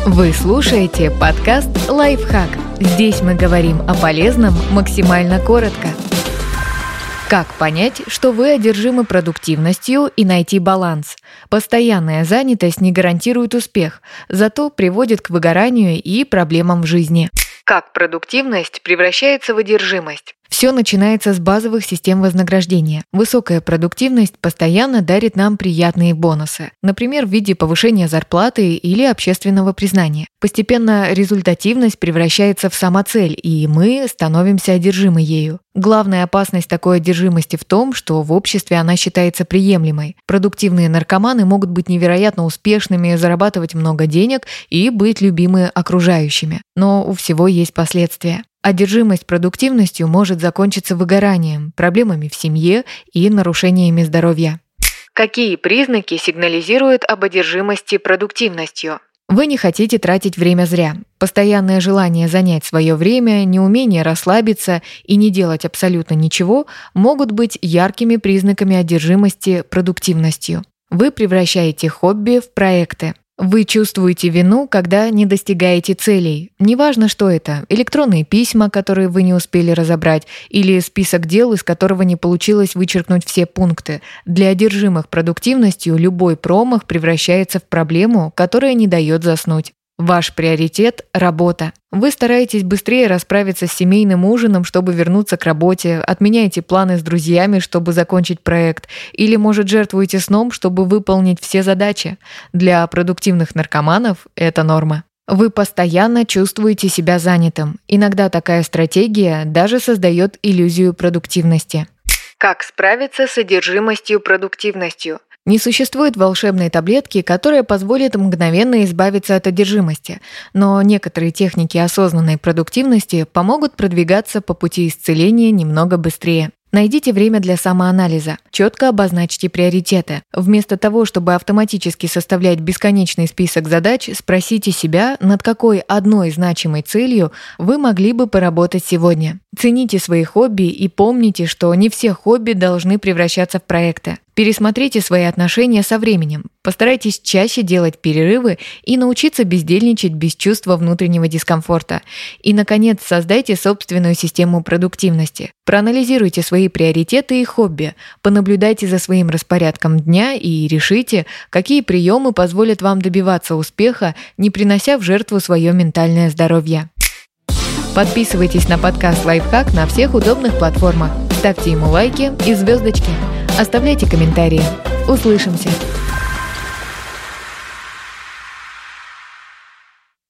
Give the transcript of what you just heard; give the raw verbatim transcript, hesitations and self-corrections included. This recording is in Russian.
Вы слушаете подкаст «Лайфхак». Здесь мы говорим о полезном максимально коротко. Как понять, что вы одержимы продуктивностью, и найти баланс? Постоянная занятость не гарантирует успех, зато приводит к выгоранию и проблемам в жизни. Как продуктивность превращается в одержимость? Все начинается с базовых систем вознаграждения. Высокая продуктивность постоянно дарит нам приятные бонусы, например, в виде повышения зарплаты или общественного признания. Постепенно результативность превращается в самоцель, и мы становимся одержимы ею. Главная опасность такой одержимости в том, что в обществе она считается приемлемой. Продуктивные наркоманы могут быть невероятно успешными, зарабатывать много денег и быть любимы окружающими. Но у всего есть последствия. Одержимость продуктивностью может закончиться выгоранием, проблемами в семье и нарушениями здоровья. Какие признаки сигнализируют об одержимости продуктивностью? Вы не хотите тратить время зря. Постоянное желание занять свое время, неумение расслабиться и не делать абсолютно ничего могут быть яркими признаками одержимости продуктивностью. Вы превращаете хобби в проекты. Вы чувствуете вину, когда не достигаете целей. Неважно, что это – электронные письма, которые вы не успели разобрать, или список дел, из которого не получилось вычеркнуть все пункты. Для одержимых продуктивностью любой промах превращается в проблему, которая не дает заснуть. Ваш приоритет – работа. Вы стараетесь быстрее расправиться с семейным ужином, чтобы вернуться к работе, отменяете планы с друзьями, чтобы закончить проект, или, может, жертвуете сном, чтобы выполнить все задачи. Для продуктивных наркоманов это норма. Вы постоянно чувствуете себя занятым. Иногда такая стратегия даже создает иллюзию продуктивности. Как справиться с одержимостью продуктивностью? Не существует волшебной таблетки, которая позволит мгновенно избавиться от одержимости, но некоторые техники осознанной продуктивности помогут продвигаться по пути исцеления немного быстрее. Найдите время для самоанализа, четко обозначьте приоритеты. Вместо того, чтобы автоматически составлять бесконечный список задач, спросите себя, над какой одной значимой целью вы могли бы поработать сегодня. Цените свои хобби и помните, что не все хобби должны превращаться в проекты. Пересмотрите свои отношения со временем. Постарайтесь чаще делать перерывы и научиться бездельничать без чувства внутреннего дискомфорта. И, наконец, создайте собственную систему продуктивности. Проанализируйте свои приоритеты и хобби, понаблюдайте за своим распорядком дня и решите, какие приемы позволят вам добиваться успеха, не принося в жертву свое ментальное здоровье. Подписывайтесь на подкаст «Лайфхак» на всех удобных платформах. Ставьте ему лайки и звездочки. Оставляйте комментарии. Услышимся!